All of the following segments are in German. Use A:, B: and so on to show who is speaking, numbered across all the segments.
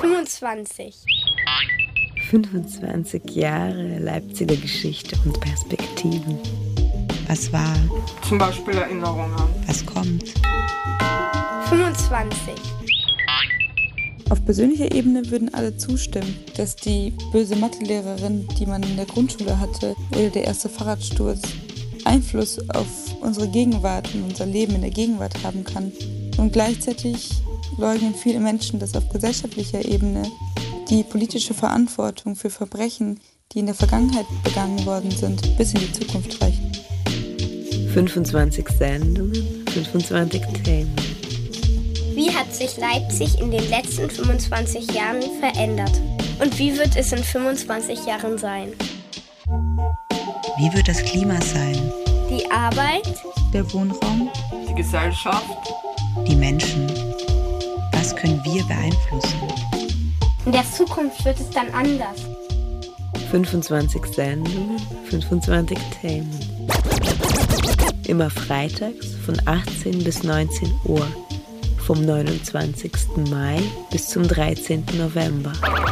A: 25.
B: 25 Jahre Leipziger Geschichte und Perspektiven.
C: Was war?
D: Zum Beispiel Erinnerungen.
C: Was kommt?
A: 25.
E: Auf persönlicher Ebene würden alle zustimmen, dass die böse Mathelehrerin, die man in der Grundschule hatte, oder der erste Fahrradsturz Einfluss auf unsere Gegenwart und unser Leben in der Gegenwart haben kann. Und gleichzeitig leugnen viele Menschen, dass auf gesellschaftlicher Ebene die politische Verantwortung für Verbrechen, die in der Vergangenheit begangen worden sind, bis in die Zukunft reicht.
B: 25 Sendungen, 25 Themen.
A: Wie hat sich Leipzig in den letzten 25 Jahren verändert? Und wie wird es in 25 Jahren sein?
C: Wie wird das Klima sein?
A: Die Arbeit?
E: Der Wohnraum?
D: Die Gesellschaft?
C: Die Menschen? Was können wir beeinflussen?
A: In der Zukunft wird es dann anders.
B: 25 Sendungen, 25 Themen. Immer freitags von 18 bis 19 Uhr. Vom 29. Mai bis zum 13. November.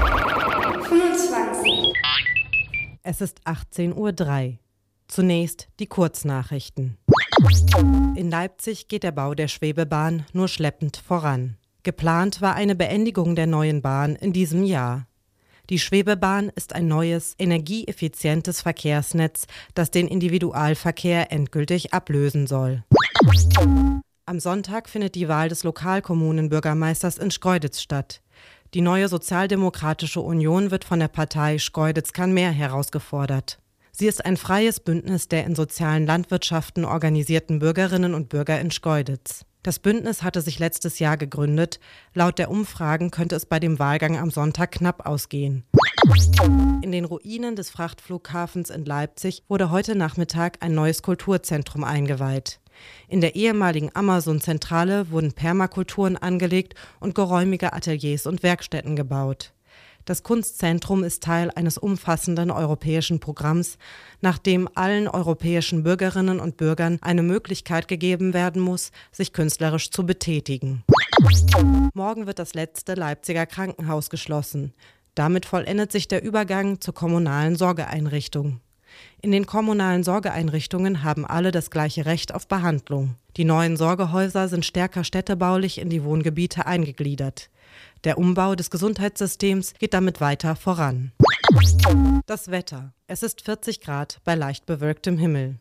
A: 25.
F: Es ist 18:03 Uhr. Zunächst die Kurznachrichten. In Leipzig geht der Bau der Schwebebahn nur schleppend voran. Geplant war eine Beendigung der neuen Bahn in diesem Jahr. Die Schwebebahn ist ein neues, energieeffizientes Verkehrsnetz, das den Individualverkehr endgültig ablösen soll. Am Sonntag findet die Wahl des Lokalkommunenbürgermeisters in Schkeuditz statt. Die neue Sozialdemokratische Union wird von der Partei Schkeuditz kann mehr herausgefordert. Sie ist ein freies Bündnis der in sozialen Landwirtschaften organisierten Bürgerinnen und Bürger in Schkeuditz. Das Bündnis hatte sich letztes Jahr gegründet. Laut der Umfragen könnte es bei dem Wahlgang am Sonntag knapp ausgehen. In den Ruinen des Frachtflughafens in Leipzig wurde heute Nachmittag ein neues Kulturzentrum eingeweiht. In der ehemaligen Amazon-Zentrale wurden Permakulturen angelegt und geräumige Ateliers und Werkstätten gebaut. Das Kunstzentrum ist Teil eines umfassenden europäischen Programms, nach dem allen europäischen Bürgerinnen und Bürgern eine Möglichkeit gegeben werden muss, sich künstlerisch zu betätigen. Morgen wird das letzte Leipziger Krankenhaus geschlossen. Damit vollendet sich der Übergang zur kommunalen Sorgeeinrichtung. In den kommunalen Sorgeeinrichtungen haben alle das gleiche Recht auf Behandlung. Die neuen Sorgehäuser sind stärker städtebaulich in die Wohngebiete eingegliedert. Der Umbau des Gesundheitssystems geht damit weiter voran. Das Wetter. Es ist 40 Grad bei leicht bewölktem Himmel.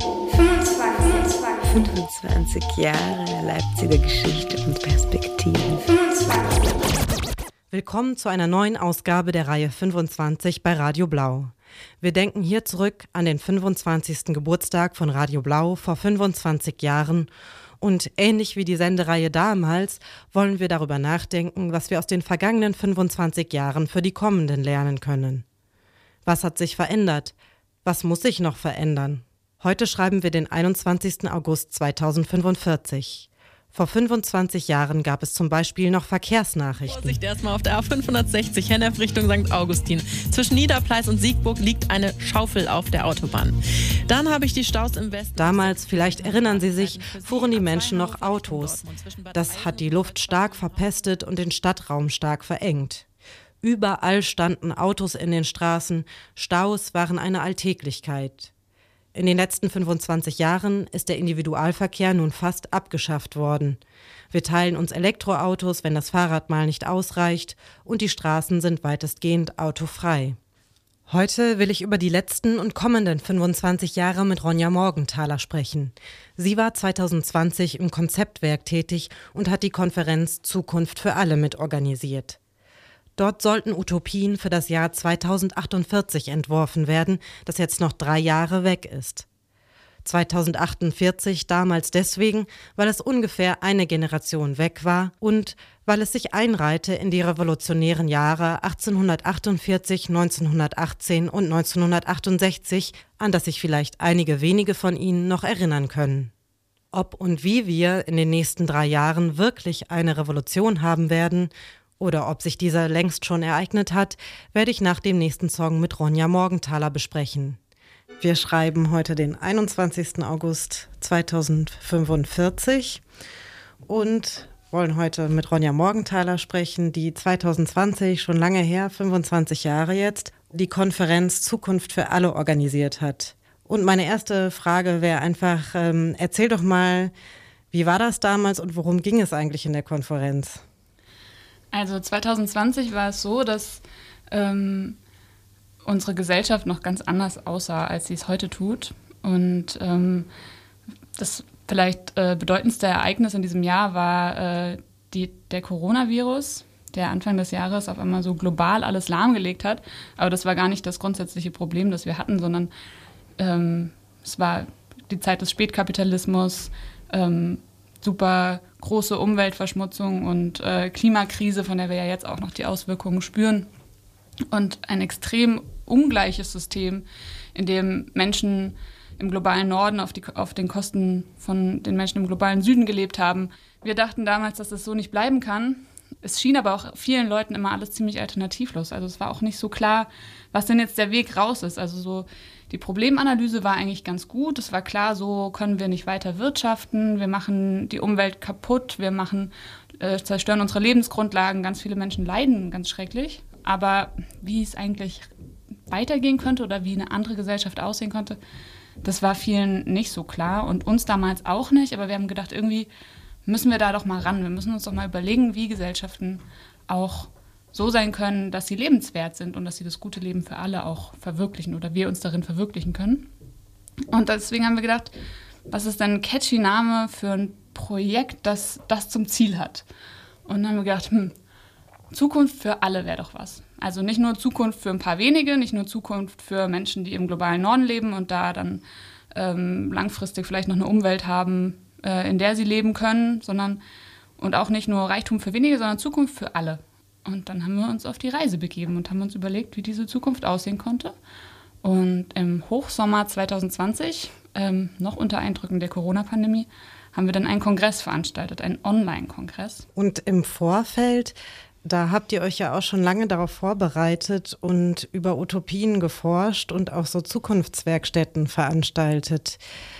B: 25 Jahre Leipziger Geschichte und Perspektiven.
A: 25.
F: Willkommen zu einer neuen Ausgabe der Reihe 25 bei Radio Blau. Wir denken hier zurück an den 25. Geburtstag von Radio Blau vor 25 Jahren und ähnlich wie die Sendereihe damals wollen wir darüber nachdenken, was wir aus den vergangenen 25 Jahren für die kommenden lernen können. Was hat sich verändert? Was muss sich noch verändern? Heute schreiben wir den 21. August 2045. Vor 25 Jahren gab es zum Beispiel noch Verkehrsnachrichten.
G: Vorsicht erstmal auf der A560 Hennef Richtung St. Augustin. Zwischen Niederpleis und Siegburg liegt eine Schaufel auf der Autobahn. Dann habe ich die Staus im Westen.
F: Damals, vielleicht erinnern Sie sich, fuhren die Menschen noch Autos. Das hat die Luft stark verpestet und den Stadtraum stark verengt. Überall standen Autos in den Straßen, Staus waren eine Alltäglichkeit. In den letzten 25 Jahren ist der Individualverkehr nun fast abgeschafft worden. Wir teilen uns Elektroautos, wenn das Fahrrad mal nicht ausreicht, und die Straßen sind weitestgehend autofrei. Heute will ich über die letzten und kommenden 25 Jahre mit Ronja Morgenthaler sprechen. Sie war 2020 im Konzeptwerk tätig und hat die Konferenz Zukunft für alle mitorganisiert. Dort sollten Utopien für das Jahr 2048 entworfen werden, das jetzt noch 3 Jahre weg ist. 2048 damals deswegen, weil es ungefähr eine Generation weg war und weil es sich einreihte in die revolutionären Jahre 1848, 1918 und 1968, an das sich vielleicht einige wenige von Ihnen noch erinnern können. Ob und wie wir in den nächsten 3 Jahren wirklich eine Revolution haben werden oder ob sich dieser längst schon ereignet hat, werde ich nach dem nächsten Song mit Ronja Morgenthaler besprechen. Wir schreiben heute den 21. August 2045 und wollen heute mit Ronja Morgenthaler sprechen, die 2020, schon lange her, 25 Jahre jetzt, die Konferenz Zukunft für alle organisiert hat. Und meine erste Frage wäre einfach, erzähl doch mal, wie war das damals und worum ging es eigentlich in der Konferenz?
H: Also 2020 war es so, dass unsere Gesellschaft noch ganz anders aussah, als sie es heute tut. Und das vielleicht bedeutendste Ereignis in diesem Jahr war der Coronavirus, der Anfang des Jahres auf einmal so global alles lahmgelegt hat. Aber das war gar nicht das grundsätzliche Problem, das wir hatten, sondern es war die Zeit des Spätkapitalismus, super große Umweltverschmutzung und Klimakrise, von der wir ja jetzt auch noch die Auswirkungen spüren. Und ein extrem ungleiches System, in dem Menschen im globalen Norden auf den Kosten von den Menschen im globalen Süden gelebt haben. Wir dachten damals, dass es so nicht bleiben kann. Es schien aber auch vielen Leuten immer alles ziemlich alternativlos. Also es war auch nicht so klar, was denn jetzt der Weg raus ist. Also so die Problemanalyse war eigentlich ganz gut. Es war klar, so können wir nicht weiter wirtschaften. Wir machen die Umwelt kaputt. Wir zerstören unsere Lebensgrundlagen. Ganz viele Menschen leiden ganz schrecklich. Aber wie es eigentlich weitergehen könnte oder wie eine andere Gesellschaft aussehen könnte, das war vielen nicht so klar und uns damals auch nicht. Aber wir haben gedacht, irgendwie müssen wir da doch mal ran. Wir müssen uns doch mal überlegen, wie Gesellschaften auch so sein können, dass sie lebenswert sind und dass sie das gute Leben für alle auch verwirklichen oder wir uns darin verwirklichen können. Und deswegen haben wir gedacht, was ist denn ein catchy Name für ein Projekt, das zum Ziel hat? Und dann haben wir gedacht, Zukunft für alle wäre doch was. Also nicht nur Zukunft für ein paar wenige, nicht nur Zukunft für Menschen, die im globalen Norden leben und da dann langfristig vielleicht noch eine Umwelt haben, in der sie leben können, und auch nicht nur Reichtum für wenige, sondern Zukunft für alle. Und dann haben wir uns auf die Reise begeben und haben uns überlegt, wie diese Zukunft aussehen konnte. Und im Hochsommer 2020, noch unter Eindrücken der Corona-Pandemie, haben wir dann einen Kongress veranstaltet, einen Online-Kongress.
F: Und im Vorfeld, da habt ihr euch ja auch schon lange darauf vorbereitet und über Utopien geforscht und auch so Zukunftswerkstätten veranstaltet.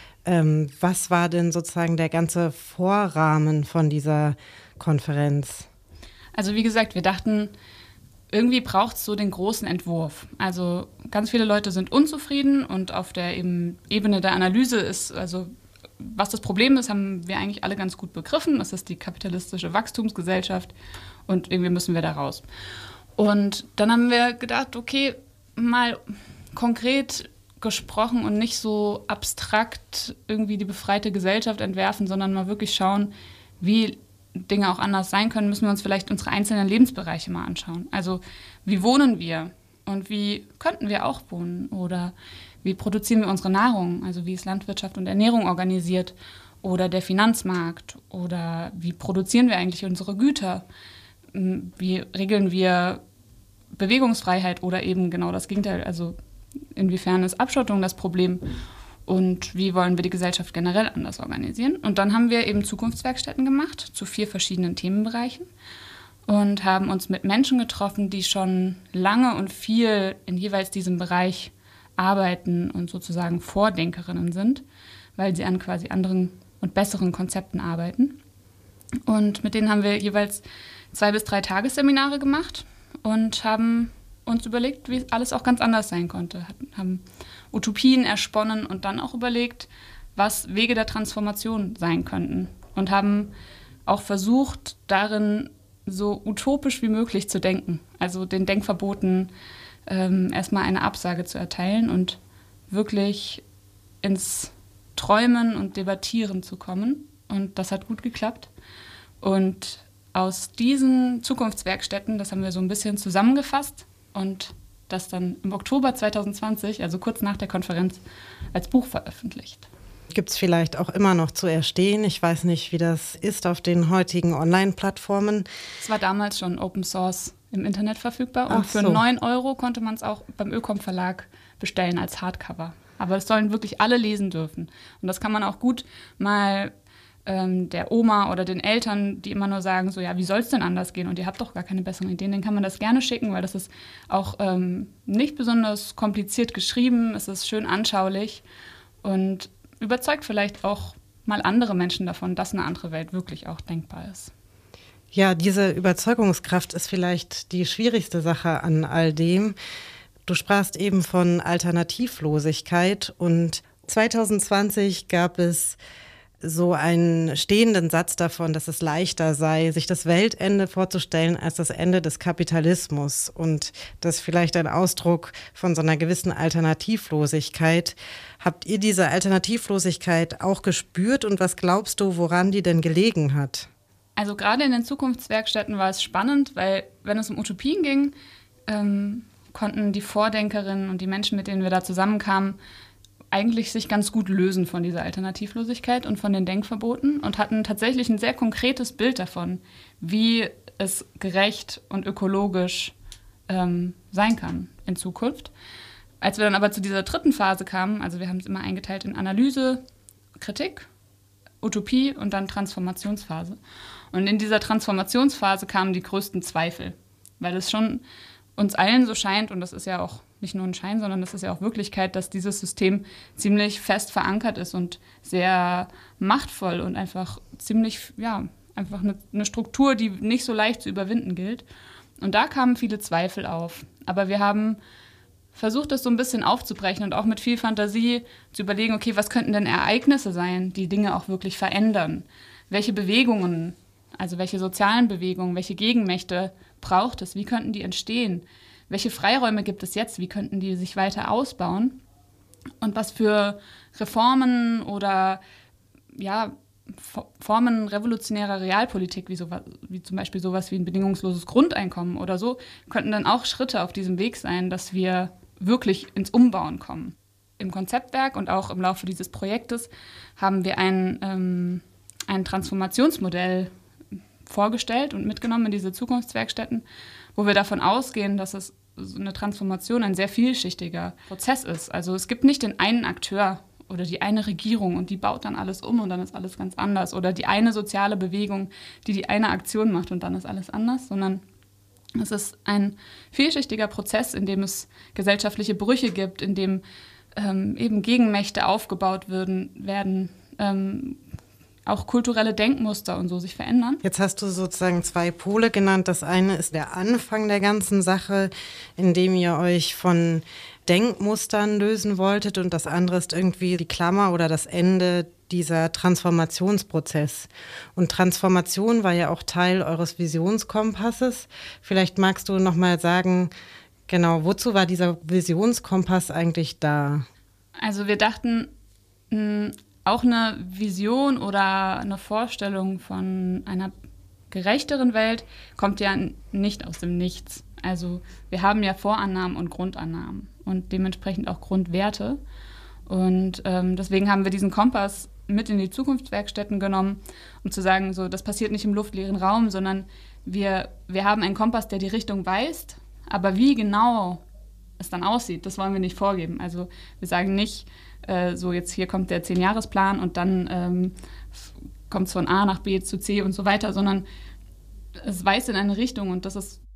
F: Was war denn sozusagen der ganze Vorrahmen von dieser Konferenz?
H: Also wie gesagt, wir dachten, irgendwie braucht es so den großen Entwurf. Also ganz viele Leute sind unzufrieden und auf der Ebene der Analyse ist, also was das Problem ist, haben wir eigentlich alle ganz gut begriffen. Das ist die kapitalistische Wachstumsgesellschaft und irgendwie müssen wir da raus. Und dann haben wir gedacht, okay, mal konkret gesprochen und nicht so abstrakt irgendwie die befreite Gesellschaft entwerfen, sondern mal wirklich schauen, wie Dinge auch anders sein können, müssen wir uns vielleicht unsere einzelnen Lebensbereiche mal anschauen. Also wie wohnen wir und wie könnten wir auch wohnen oder wie produzieren wir unsere Nahrung, also wie ist Landwirtschaft und Ernährung organisiert oder der Finanzmarkt oder wie produzieren wir eigentlich unsere Güter, wie regeln wir Bewegungsfreiheit oder eben genau das Gegenteil, also inwiefern ist Abschottung das Problem und wie wollen wir die Gesellschaft generell anders organisieren. Und dann haben wir eben Zukunftswerkstätten gemacht zu 4 verschiedenen Themenbereichen und haben uns mit Menschen getroffen, die schon lange und viel in jeweils diesem Bereich arbeiten und sozusagen Vordenkerinnen sind, weil sie an quasi anderen und besseren Konzepten arbeiten. Und mit denen haben wir jeweils 2 bis 3 Tagesseminare gemacht und haben uns überlegt, wie alles auch ganz anders sein konnte. Haben Utopien ersponnen und dann auch überlegt, was Wege der Transformation sein könnten. Und haben auch versucht, darin so utopisch wie möglich zu denken. Also den Denkverboten erstmal eine Absage zu erteilen und wirklich ins Träumen und Debattieren zu kommen. Und das hat gut geklappt. Und aus diesen Zukunftswerkstätten, das haben wir so ein bisschen zusammengefasst und das dann im Oktober 2020, also kurz nach der Konferenz, als Buch veröffentlicht.
F: Gibt es vielleicht auch immer noch zu erstehen? Ich weiß nicht, wie das ist auf den heutigen Online-Plattformen.
H: Es war damals schon Open Source im Internet verfügbar und für
F: so.
H: 9 € konnte man es auch beim Ökom Verlag bestellen als Hardcover. Aber das sollen wirklich alle lesen dürfen. Und das kann man auch gut mal der Oma oder den Eltern, die immer nur sagen, so ja, wie soll es denn anders gehen und ihr habt doch gar keine besseren Ideen, denen kann man das gerne schicken, weil das ist auch nicht besonders kompliziert geschrieben, es ist schön anschaulich und überzeugt vielleicht auch mal andere Menschen davon, dass eine andere Welt wirklich auch denkbar ist.
F: Ja, diese Überzeugungskraft ist vielleicht die schwierigste Sache an all dem. Du sprachst eben von Alternativlosigkeit und 2020 gab es so einen stehenden Satz davon, dass es leichter sei, sich das Weltende vorzustellen als das Ende des Kapitalismus. Und das ist vielleicht ein Ausdruck von so einer gewissen Alternativlosigkeit. Habt ihr diese Alternativlosigkeit auch gespürt und was glaubst du, woran die denn gelegen hat?
H: Also gerade in den Zukunftswerkstätten war es spannend, weil wenn es um Utopien ging, konnten die Vordenkerinnen und die Menschen, mit denen wir da zusammenkamen, eigentlich sich ganz gut lösen von dieser Alternativlosigkeit und von den Denkverboten und hatten tatsächlich ein sehr konkretes Bild davon, wie es gerecht und ökologisch sein kann in Zukunft. Als wir dann aber zu dieser dritten Phase kamen, also wir haben es immer eingeteilt in Analyse, Kritik, Utopie und dann Transformationsphase. Und in dieser Transformationsphase kamen die größten Zweifel, weil es schon uns allen so scheint, und das ist ja auch nicht nur ein Schein, sondern das ist ja auch Wirklichkeit, dass dieses System ziemlich fest verankert ist und sehr machtvoll und einfach ziemlich, ja, einfach eine Struktur, die nicht so leicht zu überwinden gilt. Und da kamen viele Zweifel auf. Aber wir haben versucht, das so ein bisschen aufzubrechen und auch mit viel Fantasie zu überlegen, okay, was könnten denn Ereignisse sein, die Dinge auch wirklich verändern? Welche Bewegungen, also welche sozialen Bewegungen, welche Gegenmächte braucht es? Wie könnten die entstehen? Welche Freiräume gibt es jetzt? Wie könnten die sich weiter ausbauen? Und was für Reformen oder ja, Formen revolutionärer Realpolitik, wie zum Beispiel sowas wie ein bedingungsloses Grundeinkommen oder so, könnten dann auch Schritte auf diesem Weg sein, dass wir wirklich ins Umbauen kommen. Im Konzeptwerk und auch im Laufe dieses Projektes haben wir ein Transformationsmodell vorgestellt und mitgenommen in diese Zukunftswerkstätten, wo wir davon ausgehen, dass es so eine Transformation ein sehr vielschichtiger Prozess ist. Also es gibt nicht den einen Akteur oder die eine Regierung und die baut dann alles um und dann ist alles ganz anders. Oder die eine soziale Bewegung, die eine Aktion macht und dann ist alles anders, sondern es ist ein vielschichtiger Prozess, in dem es gesellschaftliche Brüche gibt, in dem eben Gegenmächte aufgebaut werden, auch kulturelle Denkmuster und so sich verändern.
F: Jetzt hast du sozusagen zwei Pole genannt. Das eine ist der Anfang der ganzen Sache, in dem ihr euch von Denkmustern lösen wolltet und das andere ist irgendwie die Klammer oder das Ende dieser Transformationsprozess. Und Transformation war ja auch Teil eures Visionskompasses. Vielleicht magst du noch mal sagen, genau, wozu war dieser Visionskompass eigentlich da?
H: Also wir dachten, auch eine Vision oder eine Vorstellung von einer gerechteren Welt kommt ja nicht aus dem Nichts. Also wir haben ja Vorannahmen und Grundannahmen und dementsprechend auch Grundwerte. Und deswegen haben wir diesen Kompass mit in die Zukunftswerkstätten genommen, um zu sagen, so, das passiert nicht im luftleeren Raum, sondern wir haben einen Kompass, der die Richtung weist, aber wie genau es dann aussieht, das wollen wir nicht vorgeben. Also wir sagen nicht, so jetzt hier kommt der 10-Jahresplan und dann kommt es von A nach B zu C und so weiter, sondern es weist in eine Richtung und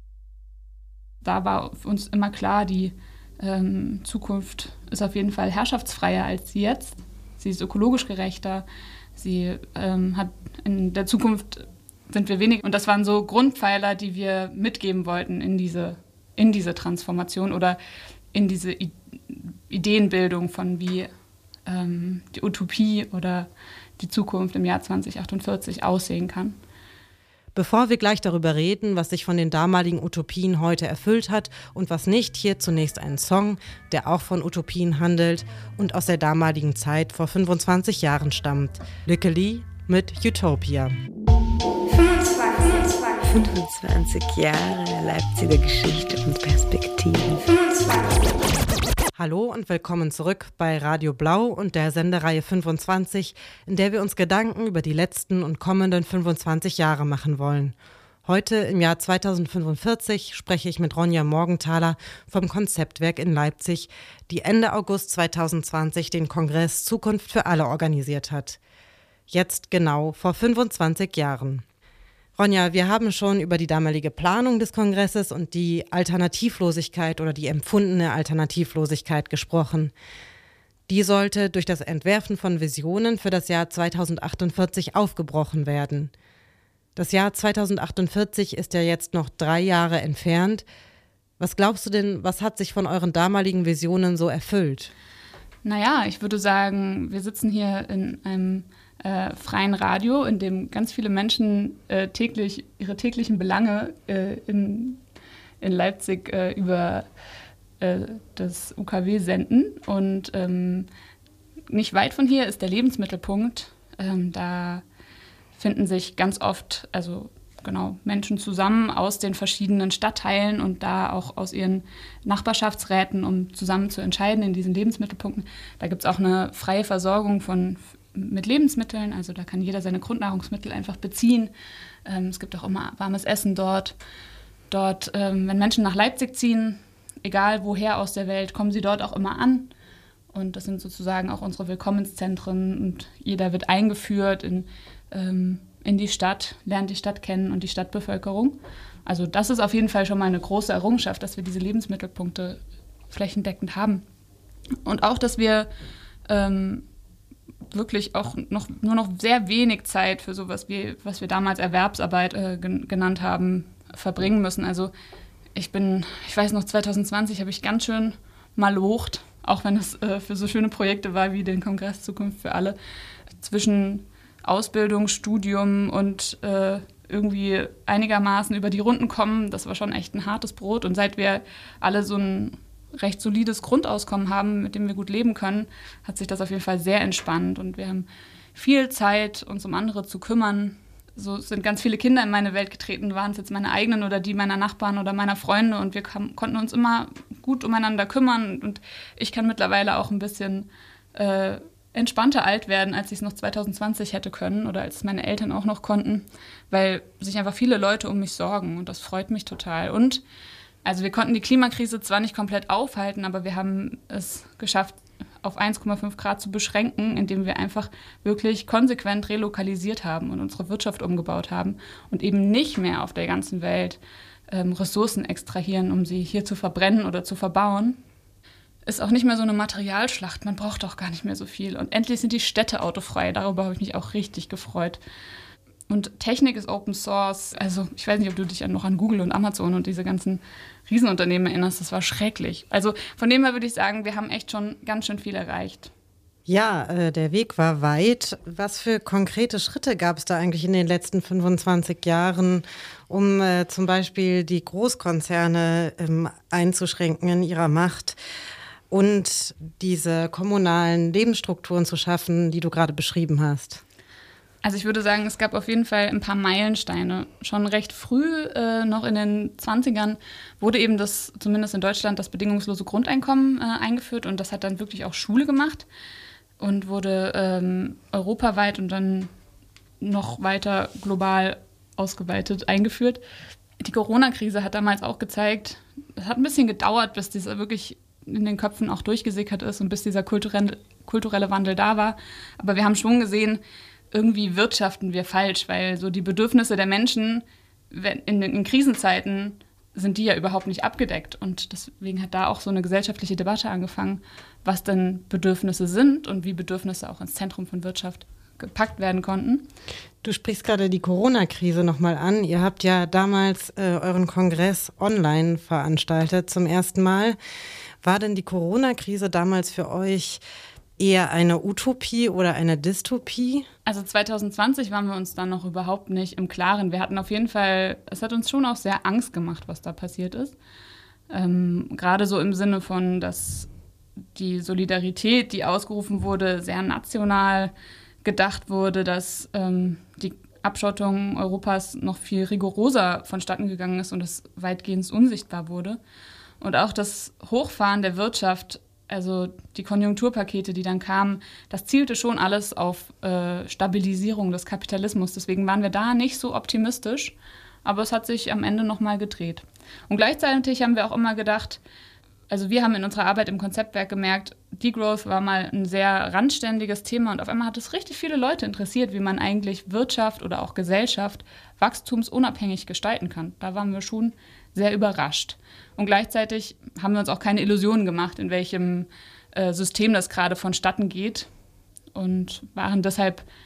H: da war für uns immer klar, die Zukunft ist auf jeden Fall herrschaftsfreier als sie jetzt. Sie ist ökologisch gerechter, sie hat in der Zukunft sind wir wenig. Und das waren so Grundpfeiler, die wir mitgeben wollten in diese Transformation oder in diese Ideenbildung von wie die Utopie oder die Zukunft im Jahr 2048 aussehen kann.
F: Bevor wir gleich darüber reden, was sich von den damaligen Utopien heute erfüllt hat und was nicht, hier zunächst einen Song, der auch von Utopien handelt und aus der damaligen Zeit vor 25 Jahren stammt. Lykke Li mit Utopia.
B: 25 Jahre Leipziger Geschichte und Perspektiven. 25.
F: Hallo und willkommen zurück bei Radio Blau und der Sendereihe 25, in der wir uns Gedanken über die letzten und kommenden 25 Jahre machen wollen. Heute im Jahr 2045 spreche ich mit Ronja Morgenthaler vom Konzeptwerk in Leipzig, die Ende August 2020 den Kongress Zukunft für alle organisiert hat. Jetzt genau vor 25 Jahren. Ronja, wir haben schon über die damalige Planung des Kongresses und die Alternativlosigkeit oder die empfundene Alternativlosigkeit gesprochen. Die sollte durch das Entwerfen von Visionen für das Jahr 2048 aufgebrochen werden. Das Jahr 2048 ist ja jetzt noch 3 Jahre entfernt. Was glaubst du denn, was hat sich von euren damaligen Visionen so erfüllt?
H: Naja, ich würde sagen, wir sitzen hier in einem freien Radio, in dem ganz viele Menschen täglich ihre täglichen Belange in Leipzig über das UKW senden. Und nicht weit von hier ist der Lebensmittelpunkt. Da finden sich ganz oft Menschen zusammen aus den verschiedenen Stadtteilen und da auch aus ihren Nachbarschaftsräten, um zusammen zu entscheiden in diesen Lebensmittelpunkten. Da gibt es auch eine freie Versorgung mit Lebensmitteln, also da kann jeder seine Grundnahrungsmittel einfach beziehen. Es gibt auch immer warmes Essen dort. Wenn Menschen nach Leipzig ziehen, egal woher aus der Welt, kommen sie dort auch immer an. Und das sind sozusagen auch unsere Willkommenszentren und jeder wird eingeführt in die Stadt, lernt die Stadt kennen und die Stadtbevölkerung. Also das ist auf jeden Fall schon mal eine große Errungenschaft, dass wir diese Lebensmittelpunkte flächendeckend haben. Und auch, dass wir wirklich auch nur noch sehr wenig Zeit für sowas was wir damals Erwerbsarbeit genannt haben, verbringen müssen. Also ich weiß noch, 2020 habe ich ganz schön malocht, auch wenn es für so schöne Projekte war wie den Kongress Zukunft für alle, zwischen Ausbildung, Studium und irgendwie einigermaßen über die Runden kommen. Das war schon echt ein hartes Brot. Und seit wir alle so ein recht solides Grundauskommen haben, mit dem wir gut leben können, hat sich das auf jeden Fall sehr entspannt. Und wir haben viel Zeit, uns um andere zu kümmern. So sind ganz viele Kinder in meine Welt getreten, waren es jetzt meine eigenen oder die meiner Nachbarn oder meiner Freunde. Und wir konnten uns immer gut umeinander kümmern. Und ich kann mittlerweile auch ein bisschen entspannter alt werden, als ich es noch 2020 hätte können oder als meine Eltern auch noch konnten, weil sich einfach viele Leute um mich sorgen. Und das freut mich total. Und also wir konnten die Klimakrise zwar nicht komplett aufhalten, aber wir haben es geschafft, auf 1,5 Grad zu beschränken, indem wir einfach wirklich konsequent relokalisiert haben und unsere Wirtschaft umgebaut haben und eben nicht mehr auf der ganzen Welt Ressourcen extrahieren, um sie hier zu verbrennen oder zu verbauen. Ist auch nicht mehr so eine Materialschlacht, man braucht auch gar nicht mehr so viel. Und endlich sind die Städte autofrei, darüber habe ich mich auch richtig gefreut. Und Technik ist Open Source. Also ich weiß nicht, ob du dich noch an Google und Amazon und diese ganzen Riesenunternehmen erinnerst. Das war schrecklich. Also von dem her würde ich sagen, wir haben echt schon ganz schön viel erreicht.
F: Ja, der Weg war weit. Was für konkrete Schritte gab es da eigentlich in den letzten 25 Jahren, um zum Beispiel die Großkonzerne einzuschränken in ihrer Macht und diese kommunalen Lebensstrukturen zu schaffen, die du gerade beschrieben hast?
H: Also ich würde sagen, es gab auf jeden Fall ein paar Meilensteine. Schon recht früh, noch in den 20ern, wurde eben zumindest in Deutschland, das bedingungslose Grundeinkommen eingeführt. Und das hat dann wirklich auch Schule gemacht und wurde europaweit und dann noch weiter global ausgeweitet eingeführt. Die Corona-Krise hat damals auch gezeigt, es hat ein bisschen gedauert, bis dieser wirklich in den Köpfen auch durchgesickert ist und bis dieser kulturelle Wandel da war. Aber wir haben schon gesehen, irgendwie wirtschaften wir falsch, weil so die Bedürfnisse der Menschen in Krisenzeiten sind die ja überhaupt nicht abgedeckt. Und deswegen hat da auch so eine gesellschaftliche Debatte angefangen, was denn Bedürfnisse sind und wie Bedürfnisse auch ins Zentrum von Wirtschaft gepackt werden konnten.
F: Du sprichst gerade die Corona-Krise nochmal an. Ihr habt ja damals euren Kongress online veranstaltet zum ersten Mal. War denn die Corona-Krise damals für euch eher eine Utopie oder eine Dystopie?
H: Also 2020 waren wir uns dann noch überhaupt nicht im Klaren. Wir hatten auf jeden Fall, es hat uns schon auch sehr Angst gemacht, was da passiert ist. Gerade so im Sinne von, dass die Solidarität, die ausgerufen wurde, sehr national gedacht wurde, dass die Abschottung Europas noch viel rigoroser vonstatten gegangen ist und es weitgehend unsichtbar wurde. Und auch das Hochfahren der Wirtschaft, also die Konjunkturpakete, die dann kamen, das zielte schon alles auf Stabilisierung des Kapitalismus. Deswegen waren wir da nicht so optimistisch, aber es hat sich am Ende nochmal gedreht. Und gleichzeitig haben wir auch immer gedacht, also wir haben in unserer Arbeit im Konzeptwerk gemerkt, Degrowth war mal ein sehr randständiges Thema und auf einmal hat es richtig viele Leute interessiert, wie man eigentlich Wirtschaft oder auch Gesellschaft wachstumsunabhängig gestalten kann. Da waren wir schon sehr überrascht. Und gleichzeitig haben wir uns auch keine Illusionen gemacht, in welchem System das gerade vonstatten geht und waren deshalb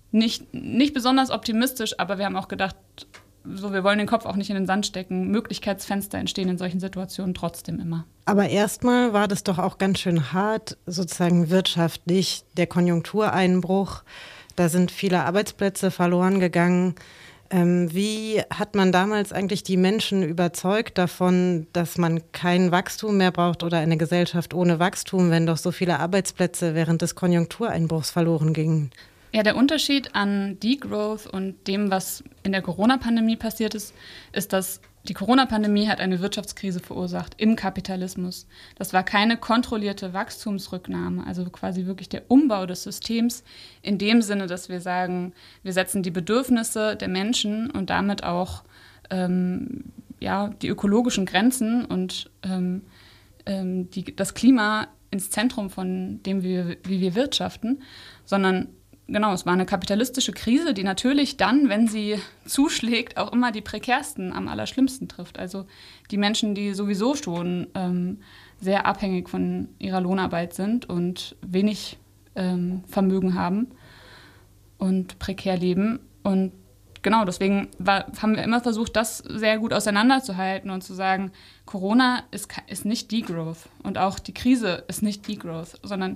H: nicht besonders optimistisch, aber wir haben auch gedacht, so, wir wollen den Kopf auch nicht in den Sand stecken. Möglichkeitsfenster entstehen in solchen Situationen trotzdem immer.
F: Aber erstmal war das doch auch ganz schön hart, sozusagen wirtschaftlich, der Konjunktureinbruch. Da sind viele Arbeitsplätze verloren gegangen. Wie hat man damals eigentlich die Menschen überzeugt davon, dass man kein Wachstum mehr braucht oder eine Gesellschaft ohne Wachstum, wenn doch so viele Arbeitsplätze während des Konjunktureinbruchs verloren gingen?
H: Ja, der Unterschied an Degrowth und dem, was in der Corona-Pandemie passiert ist, ist, dass die Corona-Pandemie hat eine Wirtschaftskrise verursacht im Kapitalismus. Das war keine kontrollierte Wachstumsrücknahme, also quasi wirklich der Umbau des Systems in dem Sinne, dass wir sagen, wir setzen die Bedürfnisse der Menschen und damit auch die ökologischen Grenzen und das Klima ins Zentrum von dem, wie wir wirtschaften, sondern genau, es war eine kapitalistische Krise, die natürlich dann, wenn sie zuschlägt, auch immer die Prekärsten am allerschlimmsten trifft. Also die Menschen, die sowieso schon sehr abhängig von ihrer Lohnarbeit sind und wenig Vermögen haben und prekär leben. Und genau, deswegen haben wir immer versucht, das sehr gut auseinanderzuhalten und zu sagen, Corona ist nicht Degrowth und auch die Krise ist nicht Degrowth, sondern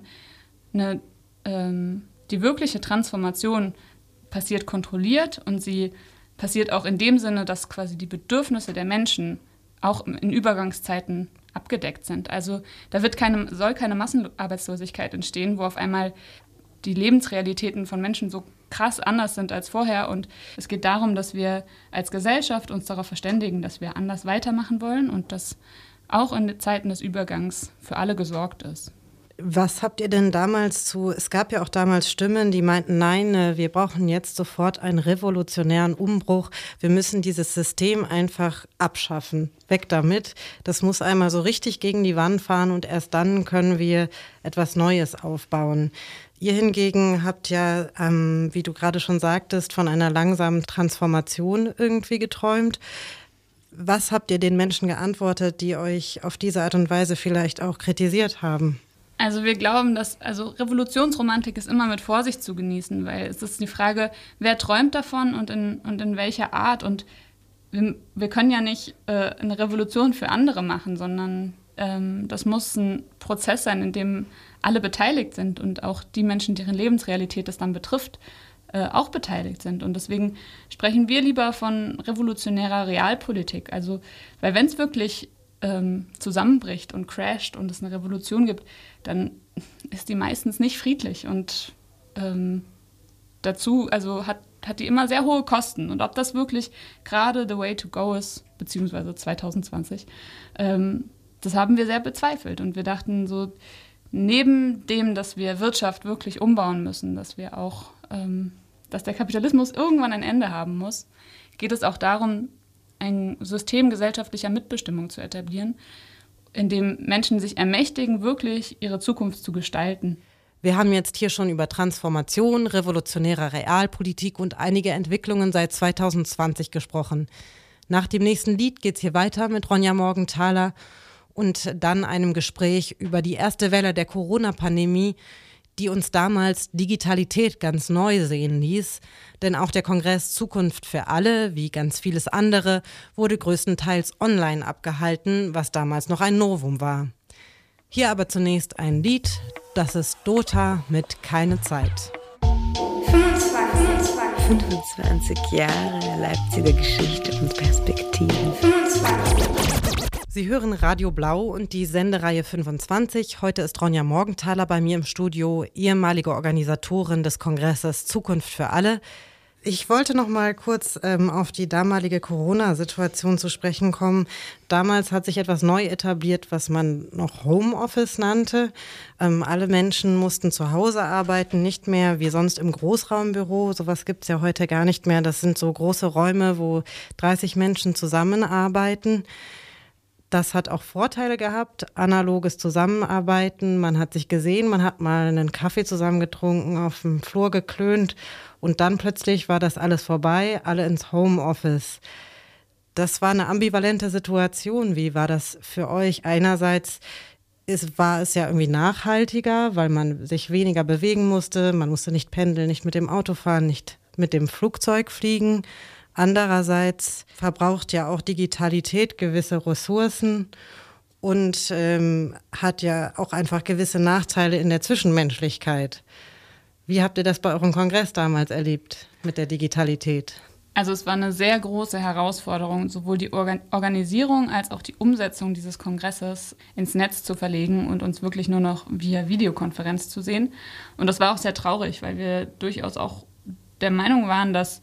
H: die wirkliche Transformation passiert kontrolliert und sie passiert auch in dem Sinne, dass quasi die Bedürfnisse der Menschen auch in Übergangszeiten abgedeckt sind. Also da soll keine Massenarbeitslosigkeit entstehen, wo auf einmal die Lebensrealitäten von Menschen so krass anders sind als vorher. Und es geht darum, dass wir als Gesellschaft uns darauf verständigen, dass wir anders weitermachen wollen und dass auch in Zeiten des Übergangs für alle gesorgt ist.
F: Was habt ihr denn damals es gab ja auch damals Stimmen, die meinten, nein, wir brauchen jetzt sofort einen revolutionären Umbruch. Wir müssen dieses System einfach abschaffen. Weg damit. Das muss einmal so richtig gegen die Wand fahren und erst dann können wir etwas Neues aufbauen. Ihr hingegen habt ja, wie du gerade schon sagtest, von einer langsamen Transformation irgendwie geträumt. Was habt ihr den Menschen geantwortet, die euch auf diese Art und Weise vielleicht auch kritisiert haben?
H: Also wir glauben, dass Revolutionsromantik ist immer mit Vorsicht zu genießen, weil es ist die Frage, wer träumt davon und in welcher Art. Und wir können ja nicht eine Revolution für andere machen, sondern das muss ein Prozess sein, in dem alle beteiligt sind und auch die Menschen, deren Lebensrealität das dann betrifft, auch beteiligt sind. Und deswegen sprechen wir lieber von revolutionärer Realpolitik. Also, weil wenn es wirklich zusammenbricht und crasht und es eine Revolution gibt, dann ist die meistens nicht friedlich und dazu hat die immer sehr hohe Kosten. Und ob das wirklich gerade the way to go ist, beziehungsweise 2020, das haben wir sehr bezweifelt. Und wir dachten so, neben dem, dass wir Wirtschaft wirklich umbauen müssen, dass wir auch, dass der Kapitalismus irgendwann ein Ende haben muss, geht es auch darum, ein System gesellschaftlicher Mitbestimmung zu etablieren, in dem Menschen sich ermächtigen, wirklich ihre Zukunft zu gestalten.
F: Wir haben jetzt hier schon über Transformation, revolutionäre Realpolitik und einige Entwicklungen seit 2020 gesprochen. Nach dem nächsten Lied geht's hier weiter mit Ronja Morgenthaler und dann einem Gespräch über die erste Welle der Corona-Pandemie, die uns damals Digitalität ganz neu sehen ließ. Denn auch der Kongress Zukunft für alle, wie ganz vieles andere, wurde größtenteils online abgehalten, was damals noch ein Novum war. Hier aber zunächst ein Lied, das ist Dota mit Keine Zeit.
B: 25 Jahre Leipziger Geschichte und Perspektiven. 25.
F: Sie hören Radio Blau und die Sendereihe 25. Heute ist Ronja Morgenthaler bei mir im Studio, ehemalige Organisatorin des Kongresses Zukunft für alle. Ich wollte noch mal kurz auf die damalige Corona-Situation zu sprechen kommen. Damals hat sich etwas neu etabliert, was man noch Homeoffice nannte. Alle Menschen mussten zu Hause arbeiten, nicht mehr wie sonst im Großraumbüro. Sowas gibt es ja heute gar nicht mehr. Das sind so große Räume, wo 30 Menschen zusammenarbeiten. Das hat auch Vorteile gehabt, analoges Zusammenarbeiten. Man hat sich gesehen, man hat mal einen Kaffee zusammen getrunken, auf dem Flur geklönt und dann plötzlich war das alles vorbei, alle ins Homeoffice. Das war eine ambivalente Situation. Wie war das für euch? Einerseits war es ja irgendwie nachhaltiger, weil man sich weniger bewegen musste. Man musste nicht pendeln, nicht mit dem Auto fahren, nicht mit dem Flugzeug fliegen. Andererseits verbraucht ja auch Digitalität gewisse Ressourcen und hat ja auch einfach gewisse Nachteile in der Zwischenmenschlichkeit. Wie habt ihr das bei eurem Kongress damals erlebt mit der Digitalität?
H: Also es war eine sehr große Herausforderung, sowohl die Organisierung als auch die Umsetzung dieses Kongresses ins Netz zu verlegen und uns wirklich nur noch via Videokonferenz zu sehen. Und das war auch sehr traurig, weil wir durchaus auch der Meinung waren, dass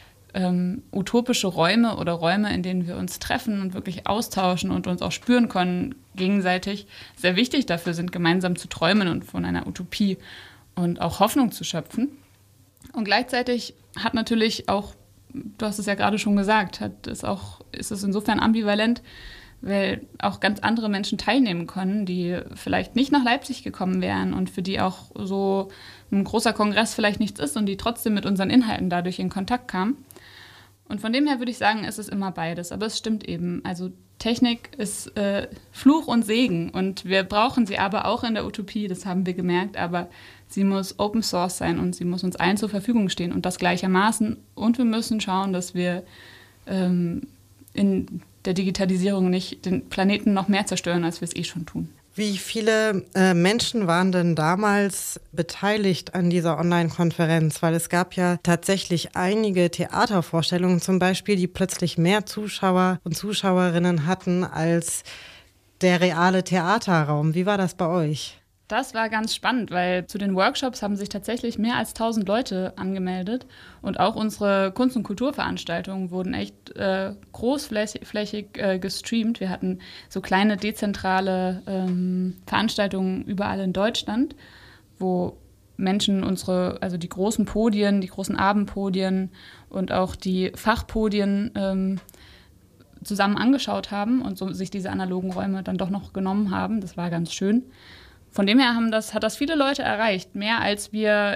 H: utopische Räume oder Räume, in denen wir uns treffen und wirklich austauschen und uns auch spüren können, gegenseitig sehr wichtig dafür sind, gemeinsam zu träumen und von einer Utopie und auch Hoffnung zu schöpfen. Und gleichzeitig hat natürlich auch, du hast es ja gerade schon gesagt, ist es insofern ambivalent, weil auch ganz andere Menschen teilnehmen können, die vielleicht nicht nach Leipzig gekommen wären und für die auch so ein großer Kongress vielleicht nichts ist und die trotzdem mit unseren Inhalten dadurch in Kontakt kamen. Und von dem her würde ich sagen, es ist immer beides. Aber es stimmt eben. Also Technik ist Fluch und Segen und wir brauchen sie aber auch in der Utopie, das haben wir gemerkt, aber sie muss Open Source sein und sie muss uns allen zur Verfügung stehen und das gleichermaßen. Und wir müssen schauen, dass wir in der Digitalisierung nicht den Planeten noch mehr zerstören, als wir es schon tun.
F: Wie viele Menschen waren denn damals beteiligt an dieser Online-Konferenz? Weil es gab ja tatsächlich einige Theatervorstellungen zum Beispiel, die plötzlich mehr Zuschauer und Zuschauerinnen hatten als der reale Theaterraum. Wie war das bei euch?
H: Das war ganz spannend, weil zu den Workshops haben sich tatsächlich mehr als 1000 Leute angemeldet und auch unsere Kunst- und Kulturveranstaltungen wurden echt großflächig gestreamt. Wir hatten so kleine dezentrale Veranstaltungen überall in Deutschland, wo Menschen also die großen Podien, die großen Abendpodien und auch die Fachpodien zusammen angeschaut haben und so sich diese analogen Räume dann doch noch genommen haben. Das war ganz schön. Von dem her hat das viele Leute erreicht, mehr als wir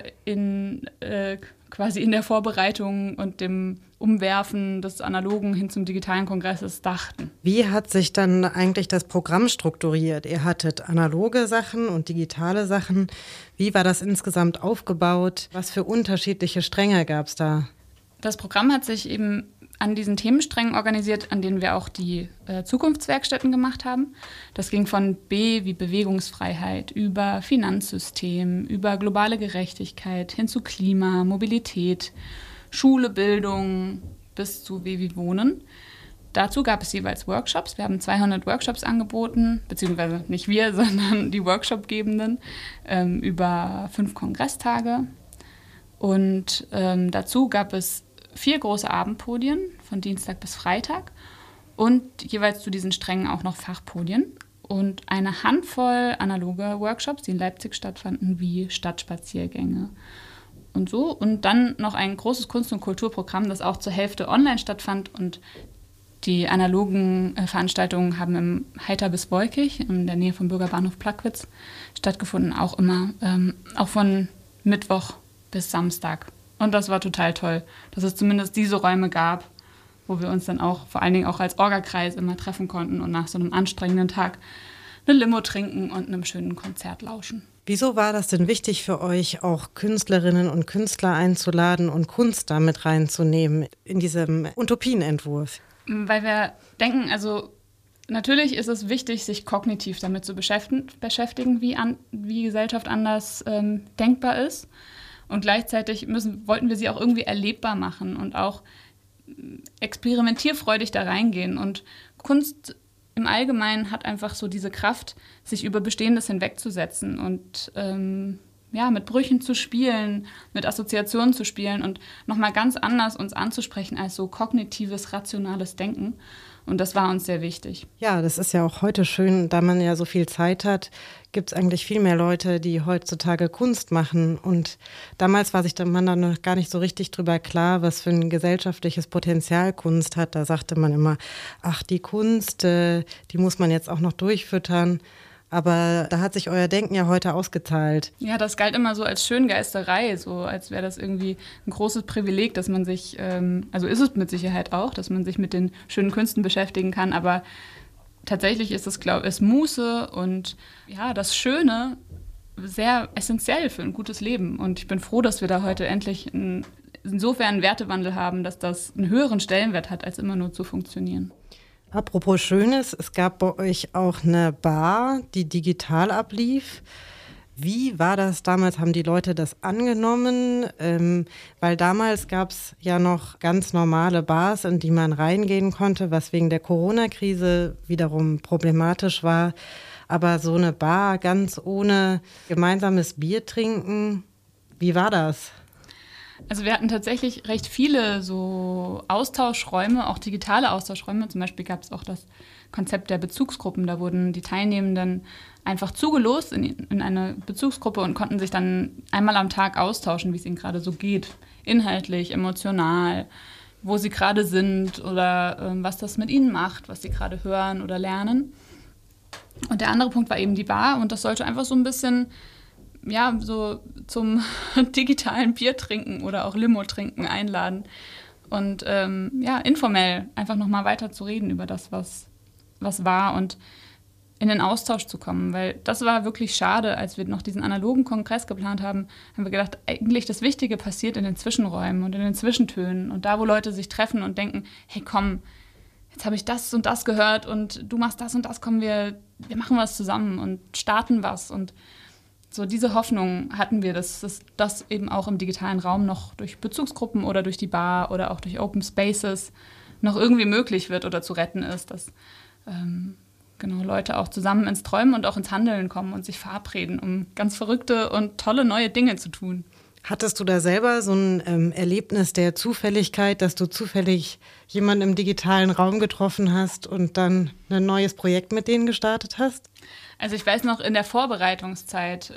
H: quasi in der Vorbereitung und dem Umwerfen des Analogen hin zum digitalen Kongresses dachten.
F: Wie hat sich dann eigentlich das Programm strukturiert? Ihr hattet analoge Sachen und digitale Sachen. Wie war das insgesamt aufgebaut? Was für unterschiedliche Stränge gab es da?
H: Das Programm hat sich eben an diesen Themensträngen organisiert, an denen wir auch die Zukunftswerkstätten gemacht haben. Das ging von B wie Bewegungsfreiheit über Finanzsystem, über globale Gerechtigkeit hin zu Klima, Mobilität, Schule, Bildung bis zu W wie Wohnen. Dazu gab es jeweils Workshops. Wir haben 200 Workshops angeboten, beziehungsweise nicht wir, sondern die Workshopgebenden über 5 Kongresstage. Und dazu gab es 4 große Abendpodien von Dienstag bis Freitag und jeweils zu diesen Strängen auch noch Fachpodien und eine Handvoll analoger Workshops, die in Leipzig stattfanden, wie Stadtspaziergänge und so. Und dann noch ein großes Kunst- und Kulturprogramm, das auch zur Hälfte online stattfand und die analogen Veranstaltungen haben im Heiter bis Wolkig in der Nähe vom Bürgerbahnhof Plagwitz stattgefunden, auch immer, auch von Mittwoch bis Samstag. Und das war total toll, dass es zumindest diese Räume gab, wo wir uns dann auch, vor allen Dingen auch als Orga-Kreis immer treffen konnten und nach so einem anstrengenden Tag eine Limo trinken und einem schönen Konzert lauschen.
F: Wieso war das denn wichtig für euch, auch Künstlerinnen und Künstler einzuladen und Kunst da mit reinzunehmen in diesem Utopienentwurf?
H: Weil wir denken, also natürlich ist es wichtig, sich kognitiv damit zu beschäftigen, wie Gesellschaft anders denkbar ist. Und gleichzeitig wollten wir sie auch irgendwie erlebbar machen und auch experimentierfreudig da reingehen. Und Kunst im Allgemeinen hat einfach so diese Kraft, sich über Bestehendes hinwegzusetzen und mit Brüchen zu spielen, mit Assoziationen zu spielen und nochmal ganz anders uns anzusprechen als so kognitives, rationales Denken. Und das war uns sehr wichtig.
F: Ja, das ist ja auch heute schön, da man ja so viel Zeit hat, gibt es eigentlich viel mehr Leute, die heutzutage Kunst machen. Und damals war sich der Mann dann noch gar nicht so richtig drüber klar, was für ein gesellschaftliches Potenzial Kunst hat. Da sagte man immer, ach, die Kunst, die muss man jetzt auch noch durchfüttern. Aber da hat sich euer Denken ja heute ausgezahlt.
H: Ja, das galt immer so als Schöngeisterei, so als wäre das irgendwie ein großes Privileg, dass man sich, also ist es mit Sicherheit auch, dass man sich mit den schönen Künsten beschäftigen kann, aber tatsächlich ist Muße und ja, das Schöne sehr essentiell für ein gutes Leben. Und ich bin froh, dass wir da heute endlich insofern einen Wertewandel haben, dass das einen höheren Stellenwert hat, als immer nur zu funktionieren.
F: Apropos Schönes, es gab bei euch auch eine Bar, die digital ablief. Wie war das damals? Haben die Leute das angenommen? Weil damals gab es ja noch ganz normale Bars, in die man reingehen konnte, was wegen der Corona-Krise wiederum problematisch war. Aber so eine Bar ganz ohne gemeinsames Bier trinken, wie war das?
H: Also wir hatten tatsächlich recht viele so Austauschräume, auch digitale Austauschräume. Zum Beispiel gab es auch das Konzept der Bezugsgruppen. Da wurden die Teilnehmenden einfach zugelost in eine Bezugsgruppe und konnten sich dann einmal am Tag austauschen, wie es ihnen gerade so geht. Inhaltlich, emotional, wo sie gerade sind oder was das mit ihnen macht, was sie gerade hören oder lernen. Und der andere Punkt war eben die Bar und das sollte einfach so ein bisschen, ja, so zum digitalen Bier trinken oder auch Limo trinken einladen und informell einfach nochmal weiter zu reden über das, was war und in den Austausch zu kommen, weil das war wirklich schade, als wir noch diesen analogen Kongress geplant haben, haben wir gedacht, eigentlich das Wichtige passiert in den Zwischenräumen und in den Zwischentönen und da, wo Leute sich treffen und denken, hey komm, jetzt habe ich das und das gehört und du machst das und das, komm, wir machen was zusammen und starten was und so diese Hoffnung hatten wir, dass das eben auch im digitalen Raum noch durch Bezugsgruppen oder durch die Bar oder auch durch Open Spaces noch irgendwie möglich wird oder zu retten ist, dass Leute auch zusammen ins Träumen und auch ins Handeln kommen und sich verabreden, um ganz verrückte und tolle neue Dinge zu tun.
F: Hattest du da selber so ein Erlebnis der Zufälligkeit, dass du zufällig jemanden im digitalen Raum getroffen hast und dann ein neues Projekt mit denen gestartet hast?
H: Also ich weiß noch, in der Vorbereitungszeit,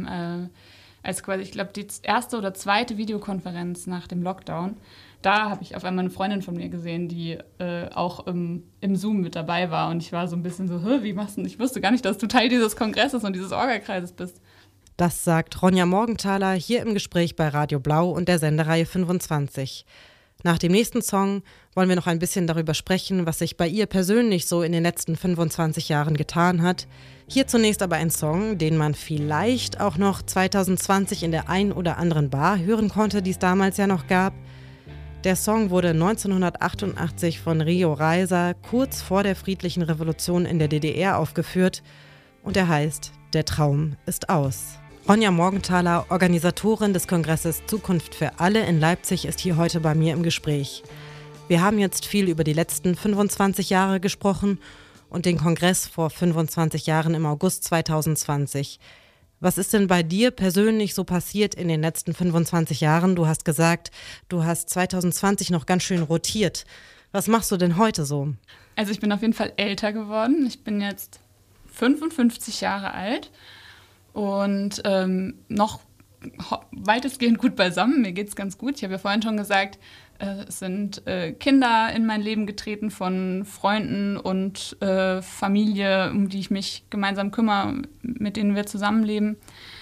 H: als quasi, ich glaube, die erste oder zweite Videokonferenz nach dem Lockdown, da habe ich auf einmal eine Freundin von mir gesehen, die auch im Zoom mit dabei war. Und ich war so ein bisschen so, wie machst du das? Ich wusste gar nicht, dass du Teil dieses Kongresses und dieses Orga-Kreises bist.
F: Das sagt Ronja Morgenthaler hier im Gespräch bei Radio Blau und der Sendereihe 25. Nach dem nächsten Song wollen wir noch ein bisschen darüber sprechen, was sich bei ihr persönlich so in den letzten 25 Jahren getan hat. Hier zunächst aber ein Song, den man vielleicht auch noch 2020 in der ein oder anderen Bar hören konnte, die es damals ja noch gab. Der Song wurde 1988 von Rio Reiser kurz vor der friedlichen Revolution in der DDR aufgeführt und er heißt »Der Traum ist aus«. Ronja Morgenthaler, Organisatorin des Kongresses Zukunft für alle in Leipzig, ist hier heute bei mir im Gespräch. Wir haben jetzt viel über die letzten 25 Jahre gesprochen und den Kongress vor 25 Jahren im August 2020. Was ist denn bei dir persönlich so passiert in den letzten 25 Jahren? Du hast gesagt, du hast 2020 noch ganz schön rotiert. Was machst du denn heute so?
H: Also ich bin auf jeden Fall älter geworden. Ich bin jetzt 55 Jahre alt. Und noch weitestgehend gut beisammen. Mir geht's ganz gut. Ich habe ja vorhin schon gesagt, es sind Kinder in mein Leben getreten von Freunden und Familie, um die ich mich gemeinsam kümmere, mit denen wir zusammenleben.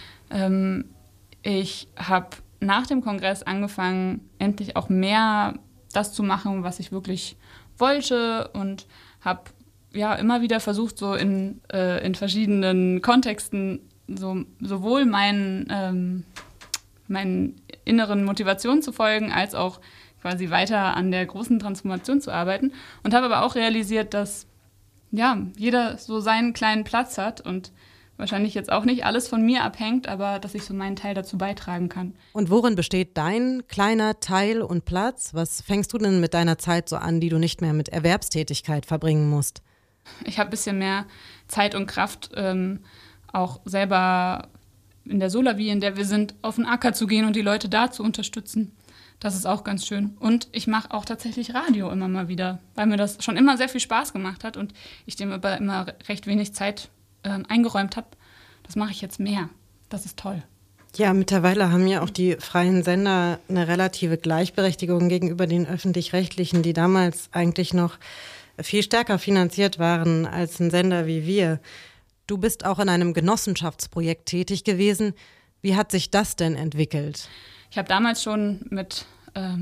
H: Ich habe nach dem Kongress angefangen, endlich auch mehr das zu machen, was ich wirklich wollte und habe immer wieder versucht, so in verschiedenen Kontexten sowohl meinen inneren Motivationen zu folgen, als auch quasi weiter an der großen Transformation zu arbeiten. Und habe aber auch realisiert, dass jeder so seinen kleinen Platz hat und wahrscheinlich jetzt auch nicht alles von mir abhängt, aber dass ich so meinen Teil dazu beitragen kann.
F: Und worin besteht dein kleiner Teil und Platz? Was fängst du denn mit deiner Zeit so an, die du nicht mehr mit Erwerbstätigkeit verbringen musst?
H: Ich habe ein bisschen mehr Zeit und Kraft, auch selber in der Solavi, in der wir sind, auf den Acker zu gehen und die Leute da zu unterstützen. Das ist auch ganz schön. Und ich mache auch tatsächlich Radio immer mal wieder, weil mir das schon immer sehr viel Spaß gemacht hat und ich dem aber immer recht wenig Zeit eingeräumt habe. Das mache ich jetzt mehr. Das ist toll.
F: Ja, mittlerweile haben ja auch die freien Sender eine relative Gleichberechtigung gegenüber den öffentlich-rechtlichen, die damals eigentlich noch viel stärker finanziert waren als ein Sender wie wir. Du bist auch in einem Genossenschaftsprojekt tätig gewesen. Wie hat sich das denn entwickelt?
H: Ich habe damals schon mit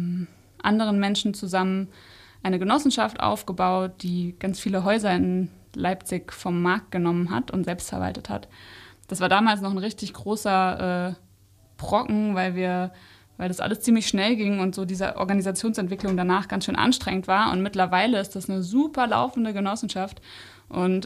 H: anderen Menschen zusammen eine Genossenschaft aufgebaut, die ganz viele Häuser in Leipzig vom Markt genommen hat und selbst verwaltet hat. Das war damals noch ein richtig großer Brocken, weil das alles ziemlich schnell ging und so diese Organisationsentwicklung danach ganz schön anstrengend war. Und mittlerweile ist das eine super laufende Genossenschaft. Und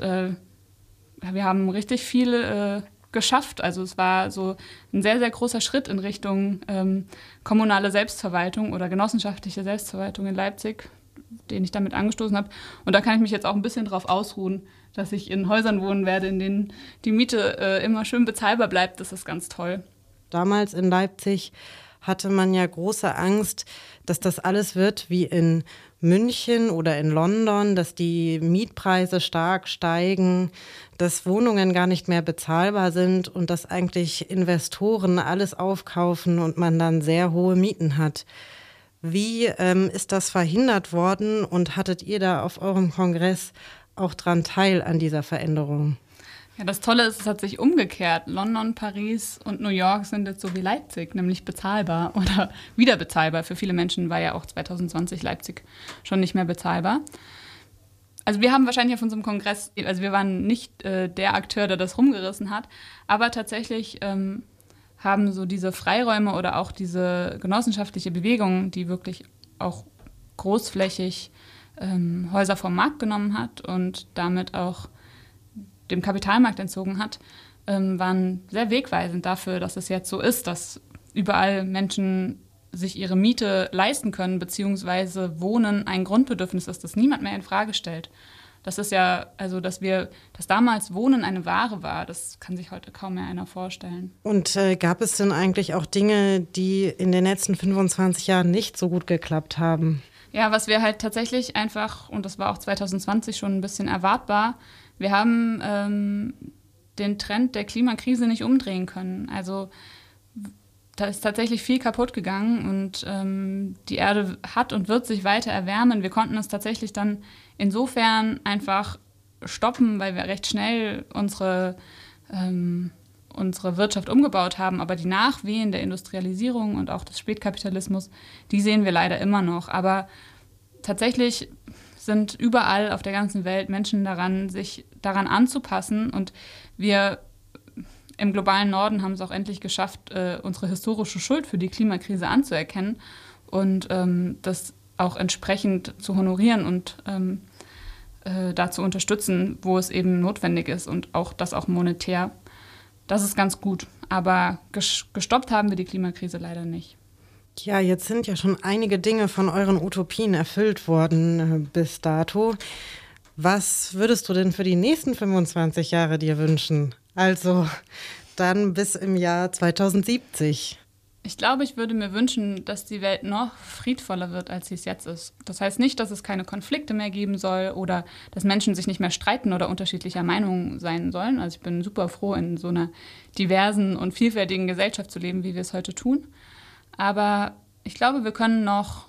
H: wir haben richtig viel geschafft. Also es war so ein sehr, sehr großer Schritt in Richtung kommunale Selbstverwaltung oder genossenschaftliche Selbstverwaltung in Leipzig, den ich damit angestoßen habe. Und da kann ich mich jetzt auch ein bisschen drauf ausruhen, dass ich in Häusern wohnen werde, in denen die Miete immer schön bezahlbar bleibt. Das ist ganz toll.
F: Damals in Leipzig hatte man ja große Angst, dass das alles wird wie in München oder in London, dass die Mietpreise stark steigen, dass Wohnungen gar nicht mehr bezahlbar sind und dass eigentlich Investoren alles aufkaufen und man dann sehr hohe Mieten hat. Wie ist das verhindert worden und hattet ihr da auf eurem Kongress auch dran teil an dieser Veränderung?
H: Ja, das Tolle ist, es hat sich umgekehrt. London, Paris und New York sind jetzt so wie Leipzig, nämlich bezahlbar oder wieder bezahlbar. Für viele Menschen war ja auch 2020 Leipzig schon nicht mehr bezahlbar. Also wir haben wahrscheinlich auf unserem Kongress, also wir waren nicht der Akteur, der das rumgerissen hat, aber tatsächlich haben so diese Freiräume oder auch diese genossenschaftliche Bewegung, die wirklich auch großflächig Häuser vom Markt genommen hat und damit auch dem Kapitalmarkt entzogen hat, waren sehr wegweisend dafür, dass es jetzt so ist, dass überall Menschen sich ihre Miete leisten können, beziehungsweise Wohnen ein Grundbedürfnis ist, das niemand mehr in Frage stellt. Das ist ja, also dass damals Wohnen eine Ware war, das kann sich heute kaum mehr einer vorstellen.
F: Und gab es denn eigentlich auch Dinge, die in den letzten 25 Jahren nicht so gut geklappt haben?
H: Ja, was wir halt tatsächlich einfach, und das war auch 2020 schon ein bisschen erwartbar, wir haben den Trend der Klimakrise nicht umdrehen können. Also da ist tatsächlich viel kaputt gegangen und die Erde hat und wird sich weiter erwärmen. Wir konnten es tatsächlich dann insofern einfach stoppen, weil wir recht schnell unsere Wirtschaft umgebaut haben. Aber die Nachwehen der Industrialisierung und auch des Spätkapitalismus, die sehen wir leider immer noch. Aber tatsächlich sind überall auf der ganzen Welt Menschen daran, sich daran anzupassen. Und wir im globalen Norden haben es auch endlich geschafft, unsere historische Schuld für die Klimakrise anzuerkennen und das auch entsprechend zu honorieren und da zu unterstützen, wo es eben notwendig ist und auch das auch monetär. Das ist ganz gut. Aber gestoppt haben wir die Klimakrise leider nicht.
F: Ja, jetzt sind ja schon einige Dinge von euren Utopien erfüllt worden bis dato. Was würdest du denn für die nächsten 25 Jahre dir wünschen? Also dann bis im Jahr 2070.
H: Ich glaube, ich würde mir wünschen, dass die Welt noch friedvoller wird, als sie es jetzt ist. Das heißt nicht, dass es keine Konflikte mehr geben soll oder dass Menschen sich nicht mehr streiten oder unterschiedlicher Meinung sein sollen. Also ich bin super froh, in so einer diversen und vielfältigen Gesellschaft zu leben, wie wir es heute tun. Aber ich glaube, wir können noch,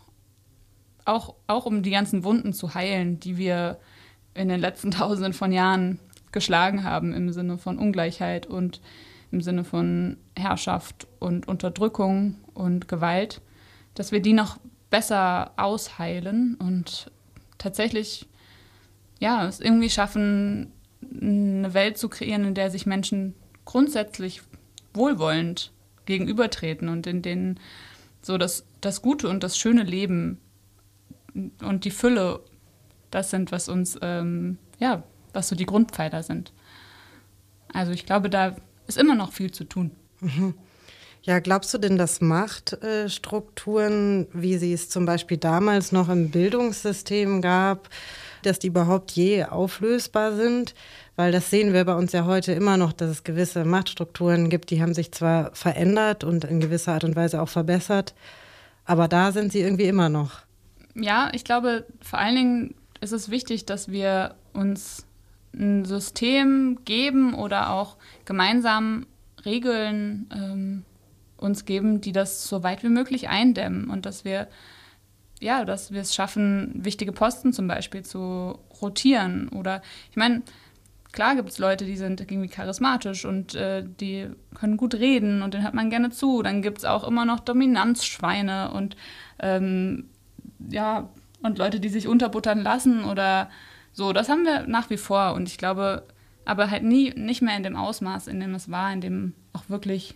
H: auch um die ganzen Wunden zu heilen, die wir in den letzten Tausenden von Jahren geschlagen haben, im Sinne von Ungleichheit und im Sinne von Herrschaft und Unterdrückung und Gewalt, dass wir die noch besser ausheilen und tatsächlich es irgendwie schaffen, eine Welt zu kreieren, in der sich Menschen grundsätzlich wohlwollend gegenübertreten und in denen so das gute und das schöne Leben und die Fülle das sind, was uns, was so die Grundpfeiler sind. Also ich glaube, da ist immer noch viel zu tun.
F: Mhm. Ja, glaubst du denn, dass Machtstrukturen, wie sie es zum Beispiel damals noch im Bildungssystem gab, dass die überhaupt je auflösbar sind? Weil das sehen wir bei uns ja heute immer noch, dass es gewisse Machtstrukturen gibt, die haben sich zwar verändert und in gewisser Art und Weise auch verbessert, aber da sind sie irgendwie immer noch.
H: Ja, ich glaube, vor allen Dingen ist es wichtig, dass wir uns ein System geben oder auch gemeinsam Regeln uns geben, die das so weit wie möglich eindämmen und dass wir es schaffen, wichtige Posten zum Beispiel zu rotieren. Oder ich meine, klar gibt es Leute, die sind irgendwie charismatisch und die können gut reden und denen hört man gerne zu. Dann gibt es auch immer noch Dominanzschweine und und Leute, die sich unterbuttern lassen oder So, das haben wir nach wie vor und ich glaube, aber halt nicht mehr in dem Ausmaß, in dem es war, in dem auch wirklich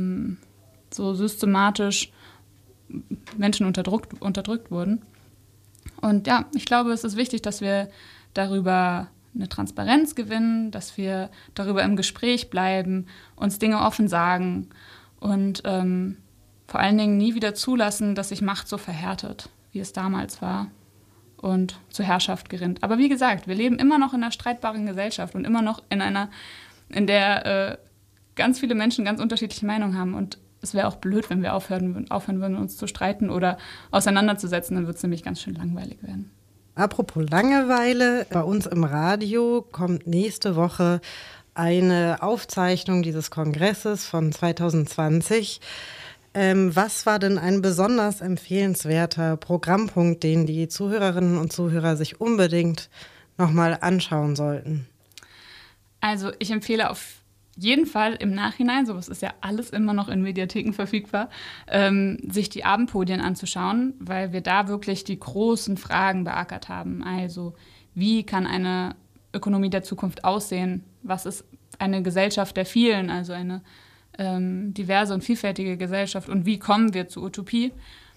H: so systematisch Menschen unterdrückt wurden. Und ja, ich glaube, es ist wichtig, dass wir darüber eine Transparenz gewinnen, dass wir darüber im Gespräch bleiben, uns Dinge offen sagen und vor allen Dingen nie wieder zulassen, dass sich Macht so verhärtet, wie es damals war und zur Herrschaft gerinnt. Aber wie gesagt, wir leben immer noch in einer streitbaren Gesellschaft und immer noch in der ganz viele Menschen ganz unterschiedliche Meinungen haben. Und es wäre auch blöd, wenn wir aufhören würden, uns zu streiten oder auseinanderzusetzen. Dann wird es nämlich ganz schön langweilig werden.
F: Apropos Langeweile, bei uns im Radio kommt nächste Woche eine Aufzeichnung dieses Kongresses von 2020. Was war denn ein besonders empfehlenswerter Programmpunkt, den die Zuhörerinnen und Zuhörer sich unbedingt nochmal anschauen sollten?
H: Also ich empfehle auf jeden Fall im Nachhinein, sowas ist ja alles immer noch in Mediatheken verfügbar, sich die Abendpodien anzuschauen, weil wir da wirklich die großen Fragen beackert haben. Also wie kann eine Ökonomie der Zukunft aussehen? Was ist eine Gesellschaft der vielen, also eine diverse und vielfältige Gesellschaft und wie kommen wir zur Utopie?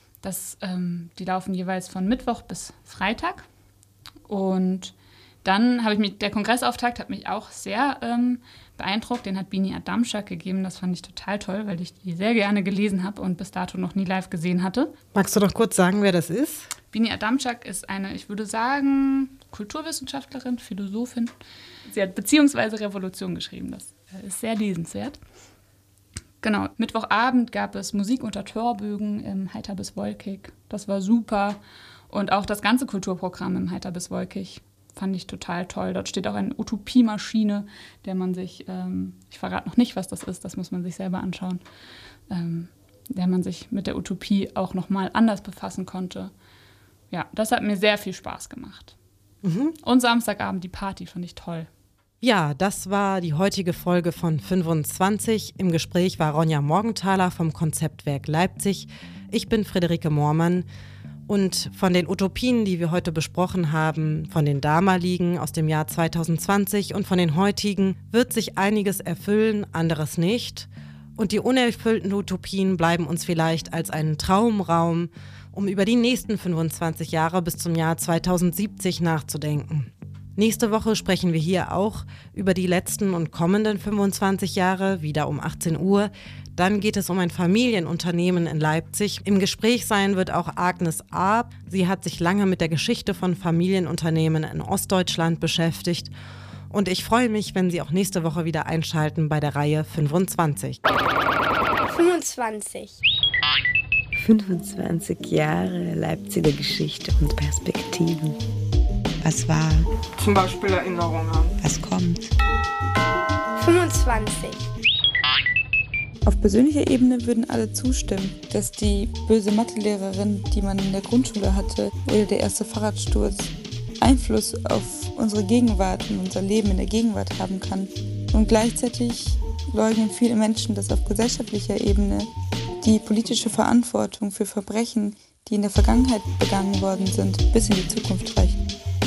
H: Die laufen jeweils von Mittwoch bis Freitag und dann der Kongressauftakt hat mich auch sehr beeindruckt, den hat Bini Adamczak gegeben, das fand ich total toll, weil ich die sehr gerne gelesen habe und bis dato noch nie live gesehen hatte.
F: Magst du doch kurz sagen, wer das ist?
H: Bini Adamczak ist eine, ich würde sagen, Kulturwissenschaftlerin, Philosophin. Sie hat Beziehungsweise Revolution geschrieben, das ist sehr lesenswert. Genau, Mittwochabend gab es Musik unter Torbögen im Heiter bis Wolkig. Das war super. Und auch das ganze Kulturprogramm im Heiter bis Wolkig fand ich total toll. Dort steht auch eine Utopiemaschine, der man sich, ich verrate noch nicht, was das ist, das muss man sich selber anschauen, der man sich mit der Utopie auch nochmal anders befassen konnte. Ja, das hat mir sehr viel Spaß gemacht. Mhm. Und Samstagabend die Party fand ich toll.
F: Ja, das war die heutige Folge von 25. Im Gespräch war Ronja Morgenthaler vom Konzeptwerk Leipzig. Ich bin Friederike Moormann. Und von den Utopien, die wir heute besprochen haben, von den damaligen aus dem Jahr 2020 und von den heutigen, wird sich einiges erfüllen, anderes nicht. Und die unerfüllten Utopien bleiben uns vielleicht als einen Traumraum, um über die nächsten 25 Jahre bis zum Jahr 2070 nachzudenken. Nächste Woche sprechen wir hier auch über die letzten und kommenden 25 Jahre, wieder um 18 Uhr. Dann geht es um ein Familienunternehmen in Leipzig. Im Gespräch sein wird auch Agnes Arp. Sie hat sich lange mit der Geschichte von Familienunternehmen in Ostdeutschland beschäftigt. Und ich freue mich, wenn Sie auch nächste Woche wieder einschalten bei der Reihe 25.
A: 25.
B: 25 Jahre Leipziger Geschichte und Perspektiven.
C: Was war?
D: Zum Beispiel Erinnerungen.
C: Was kommt?
A: 25.
E: Auf persönlicher Ebene würden alle zustimmen, dass die böse Mathelehrerin, die man in der Grundschule hatte, oder der erste Fahrradsturz Einfluss auf unsere Gegenwart und unser Leben in der Gegenwart haben kann. Und gleichzeitig leugnen viele Menschen, dass auf gesellschaftlicher Ebene die politische Verantwortung für Verbrechen, die in der Vergangenheit begangen worden sind, bis in die Zukunft reicht.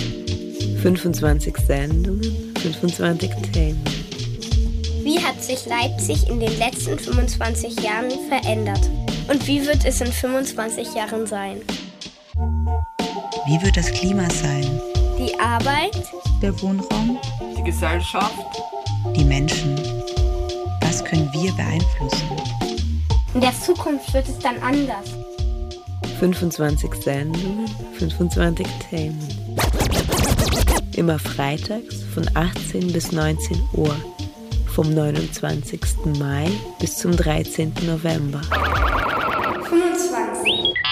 B: 25 Sendungen, 25 Themen.
A: Wie hat sich Leipzig in den letzten 25 Jahren verändert? Und wie wird es in 25 Jahren sein?
C: Wie wird das Klima sein?
A: Die Arbeit,
E: Der Wohnraum,
D: Die Gesellschaft,
C: Die Menschen? Was können wir beeinflussen?
A: in der Zukunft wird es dann anders.
B: 25 Sendungen, 25 Themen. Immer freitags von 18 bis 19 Uhr. Vom 29. Mai bis zum 13. November.
A: 25.